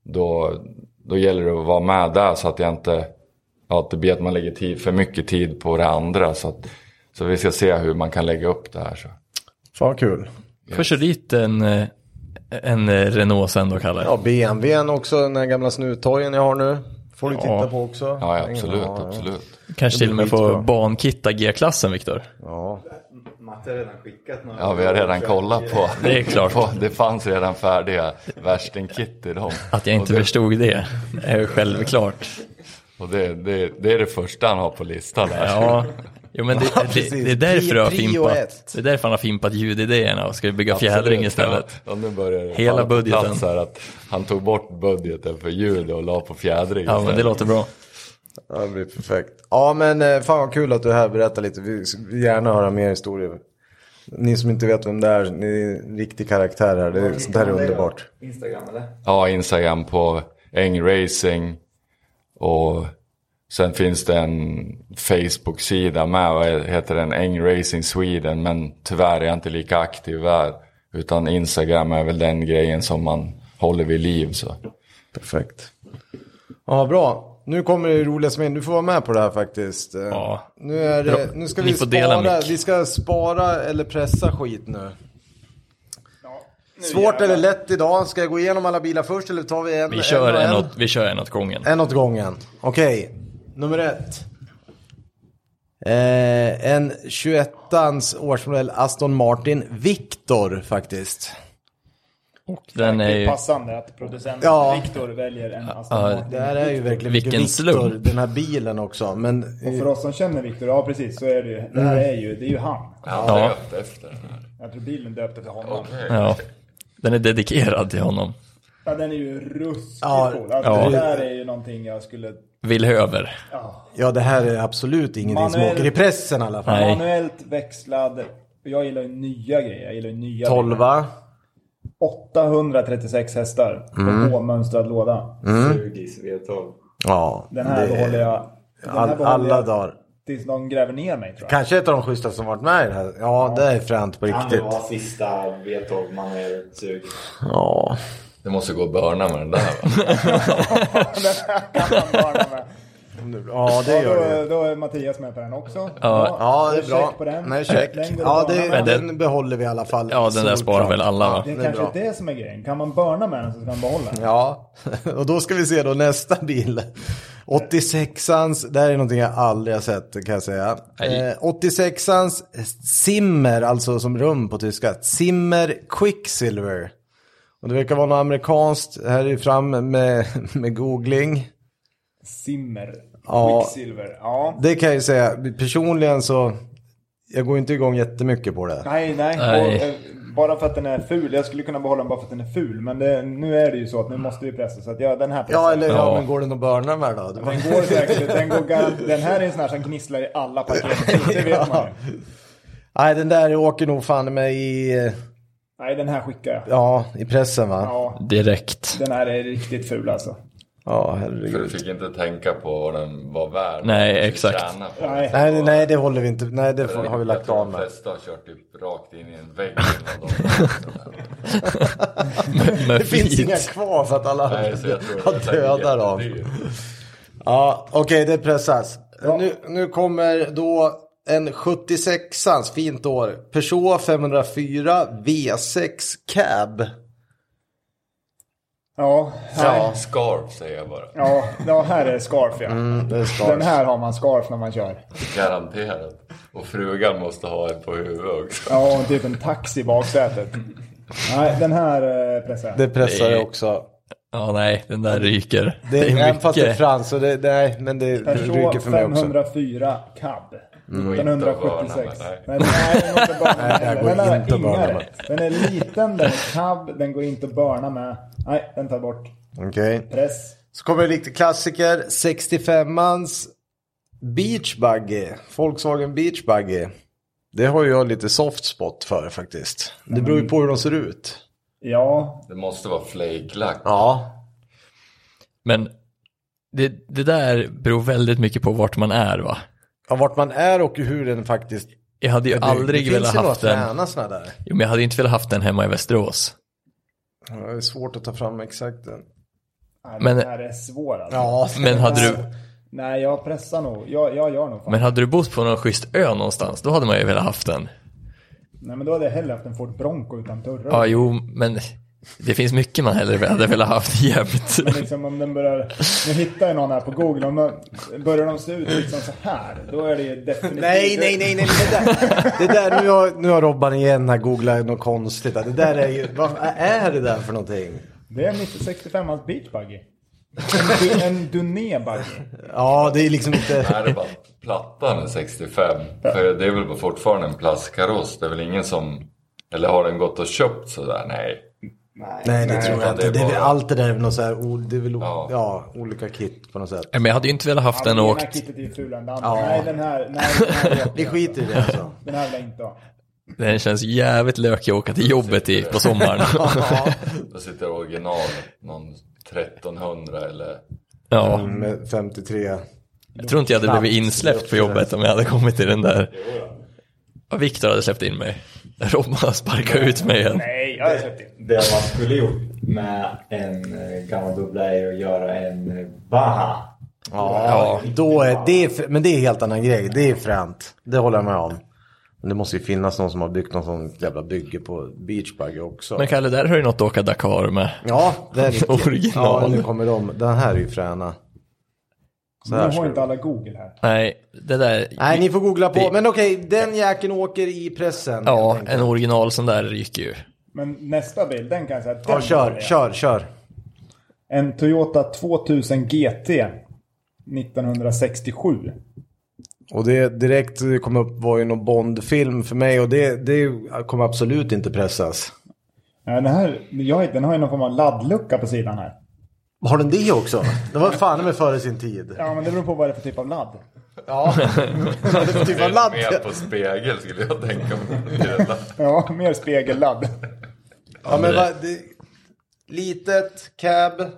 Då gäller det att vara med där så att jag inte att det blir att man lägger för mycket tid på det andra. Så vi ska se hur man kan lägga upp det här. Så. Fan kul. Yes. Först dit en Renault sen då kallar. Ja, BMWn också, den här gamla snuttojen jag har nu. Får du titta på också. Ja, absolut. Kanske till och med få bankitta G-klassen, Viktor. Ja. Matte har redan skickat några. Ja, vi har redan kollat på. Det är klart. Det fanns redan färdiga värstingkit i dem. Att jag inte förstod det är ju självklart. Och det är det första han har på listan där. Ja. Jo, men det är därför det är därför han har fimpat ljudidéerna och ska bygga fjädring istället. Ja, nu börjar det hela budgeten så här att han tog bort budgeten för ljud och la på fjädring. Ja, men det låter bra. Ja, det blir perfekt. Ja, men fan vad kul att du är här, berättar lite. Vi vill gärna höra mer historier. Ni som inte vet vem det är, ni är en riktig karaktär här. Sånt här är underbart. Instagram eller? Ja, Instagram på Eng Racing. Och sen finns det en Facebook-sida med, vad heter den? Eng Racing Sweden, men tyvärr är jag inte lika aktiv där. Utan Instagram är väl den grejen som man håller vid liv. Så. Perfekt. Ja, bra. Nu kommer det roliga som är. Du får vara med på det här faktiskt. Ja. Nu ska vi spara. Vi ska spara eller pressa skit nu. Svårt eller lätt idag? Ska jag gå igenom alla bilar först eller tar vi en? Vi kör en åt gången. En åt gången. Okej. Nummer 1. En 21ans årsmodell Aston Martin Victor faktiskt. Och den är ju passande att producenten Victor väljer en Aston Martin. Det här är ju verkligen vilken Victor, slump. den här bilen också. Men och för oss som känner Victor, ja precis så är det ju. Det här är ju han. Ja, döpt efter den här. Jag tror bilen döpt efter honom. Okay. Ja. Den är dedikerad till honom. Ja, den är ju ruskigt cool. Alltså, det där är ju någonting jag skulle vill höver. Ja, det här är absolut ingenting som åker i pressen i alla fall. Nej. Manuellt växlad. Jag gillar ju nya grejer. Jag gillar ju nya 12. 836 hästar på påmönstrad låda. Sugis V12. Ja. Den här behåller jag. Alla dagar. tills de gräver ner mig, tror jag. Kanske ett av de schyssta som varit med i det här. Ja, det är fränt på riktigt. Kan det vara sista V12 man är sug? Ja. Det måste gå att börna med den där, va? Den här kan man börna med. Ja, det gör det. Då är Mattias med på den också. Ja, det är bra. Check på den. Nej, check. Ja, den behåller vi i alla fall. Ja, den där sparar väl alla, va? Det är kanske det som är grejen. Kan man börna med den så ska man behålla den. Ja, och då ska vi se då nästa bil. 86ans, det här är någonting jag aldrig har sett, kan jag säga. 86ans Zimmer, alltså som rum på tyska. Zimmer Quicksilver. Och det verkar vara något amerikanskt. Här är fram med googling. Zimmer. Ja, Quicksilver. Ja. det kan jag ju säga. Personligen så jag går inte igång jättemycket på det. Nej. Bara för att den är ful. Jag skulle kunna behålla den bara för att den är ful. Men nu är det ju så att nu måste vi pressa. Så att den här pressar. Ja, men går den att börna med då? Den går säkert. Den här är en sån här som gnisslar i alla paket. Det vet man ju. Nej, den där åker nog fan med i... Nej, den här skickar jag. Ja, i pressen, va? Ja. Direkt. Den här är riktigt ful alltså. Ja, herregud. För du fick inte tänka på vad den var värd. Nej, exakt. Nej, det håller vi inte. Nej, det har vi lagt av med. De flesta har kört typ rakt in i en vägg. Det finns inga kvar för att alla har dödat dem. Ja, okej, det pressas. Ja. Nu kommer då en 76ans, fint år. Peugeot 504 V6 Cab. Ja, scarf säger jag bara. Ja, här är scarf, ja. Det är scarf. Den här har man scarf när man kör. Garanterat. Och frugan måste ha en på huvudet också. Ja, och typ en taxi i baksätet. Nej, den här pressar. Det pressar jag också. Ja, nej, den där ryker. Det är mycket. Fast det är frans, så nej, men det ryker för mig också. 504 cab. 1976. Nej, det går inte att börna med. Den är liten, den är cab, den går inte att börna med. Nej, den tar bort. Okej. Press. Så kommer en riktig klassiker. 65ans Beach Buggy. Volkswagen Beach Buggy. Det har jag lite soft spot för faktiskt. Det beror ju på hur de ser ut. Ja. Det måste vara flake-lack. Ja. Men det där beror väldigt mycket på vart man är, va? Ja, vart man är och hur den faktiskt... Jag hade ju aldrig velat haft den. Där. Jo, men jag hade inte velat haft den hemma i Västerås. Ja, det är svårt att ta fram exakt den. Nej, men den här är svår alltså. Ja, men hade du... Nej, jag pressar nog. Jag gör nog fan. Men hade du bott på någon schysst ö någonstans, då hade man ju velat haft den. Nej, men då hade jag hellre haft en Ford Bronco utan dörrar. Ja, jo, men det finns mycket man hellre hade velat haft jämt. Men liksom om den börjar... Nu hittar jag någon här på Google. Om börjar de se ut liksom så här, då är det ju definitivt... Nej. Det där nu har Robban igen här googlat något konstigt. Det där är ju... Vad är det där för någonting? Det är en 1965ans Beach Buggy. En Duné Buggy. Ja, det är liksom inte... Nej, det är bara plattan är 65. För det är väl fortfarande en plastkaross. Det är väl ingen som... Eller har den gått och köpt sådär? Nej, det tror jag inte. Det är väl allt det där något så här, det är väl olika kit på något sätt. Men jag hade ju inte velat haft den åkt. Den här kittet är ju fulare än den andra. Nej, den här vi skiter i det alltså. Den här vill jag inte ha. Den känns jävligt lökig att åka till jobbet på sommaren. Då sitter original någon 1300 eller... Ja. Med 53. Jag tror inte jag hade blivit insläppt på jobbet om jag hade kommit till den där. Och Victor hade släppt in mig. Robban sparkade ut mig igen. Nej, jag hade släppt in. Det man skulle gjort med en gammal bubbla är att göra en Baja. Ja, då är det, men det är helt annan grej. Det är fränt. Det håller jag med om. Men det måste ju finnas någon som har byggt någon sån jävla bygge på Beachbuggy också. Men Kalle, där har ju något att åka Dakar med. Ja, det är original. Ja, nu kommer de. Den här är ju fräna. Nu har inte alla Google här. Nej, det där... Nej, ni får googla på. Men okej, den jäkeln åker i pressen. Ja, en original sån där ryker ju. Men nästa bild, den kan jag säga... Ja, kör. En Toyota 2000 GT 1967. Och det direkt kom upp var ju någon Bond-film för mig. Och det kommer absolut inte pressas. Ja, den har ju någon form av laddlucka på sidan här. Har den det också? Det var fan med före sin tid. Ja, men det beror på vad det är för typ av ladd. Ja, det är för typ av ladd. Mer på spegel skulle jag tänka mig. Ja, mer spegelladd. Ja, men litet cab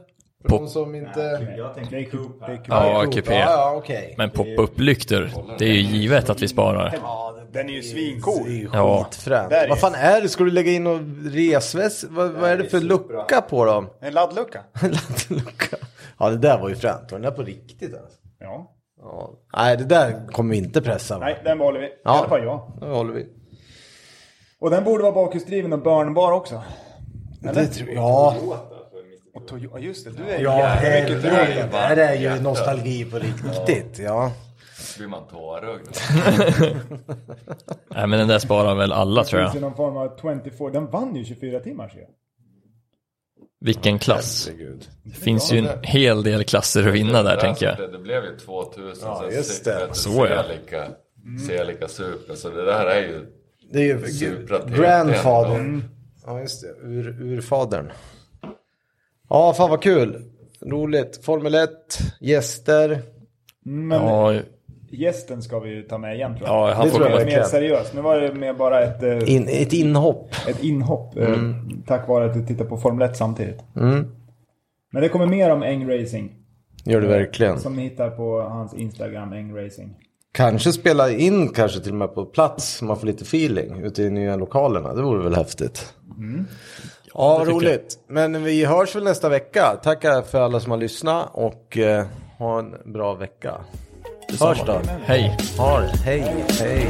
De som inte... Jag tänker coupe. Ja, kupé. Ja, okej. Men pop-up-lyktor, det är ju givet att vi sparar. Ja, den är ju svincool. Det är ju Ja. skitfränt. Vad fan är det? Ska du lägga in någon resväst? Vad är det för lucka på dem? En laddlucka. Laddlucka. Ja, det där var ju fränt. Var den där på riktigt alltså? Ja. Ja. Nej, det där kommer vi inte pressa. Va? Nej, den behåller vi. I Ja. alla fall jag. Det håller vi. Och den borde vara bakhjulsdriven och burnbar också. Det tror jag. Och Toyota, just det, du är ju Ja, jättemycket det här är ju nostalgi på riktigt. Ja. Blir man tårögd. Nej, men den där sparar väl alla, tror Det jag. finns ju någon form av 24. Den vann ju 24 timmar så. Vilken klass. Herregud. Det finns ju en hel del klasser att vinna där, tänker jag. Det blev ju 2000. Ja, just det. Så, ja. Celica Super. Så det där är ju... Det är ju Supra grandfather. Ja, just det. Urfadern. Ja, fan vad kul. Roligt. Formel 1, gäster. Men Ja, gästen ska vi ju ta med igen, tror jag. ja, han Det får tror jag gå. Mer seriöst. Nu var det med bara Ett inhopp. ett inhopp. Tack vare att du tittar på Formel 1 samtidigt. Men det kommer mer om Eng Racing. Gör det verkligen. Som ni hittar på hans Instagram, Eng Racing. Kanske spela in kanske till och med på plats. Man får lite feeling ute i nya lokalerna. Det vore väl häftigt. Ja, roligt. Men vi hörs väl nästa vecka. Tackar för alla som har lyssnat. Och ha en bra vecka. Hörs då. Hej. Ha det. Hej. Hej.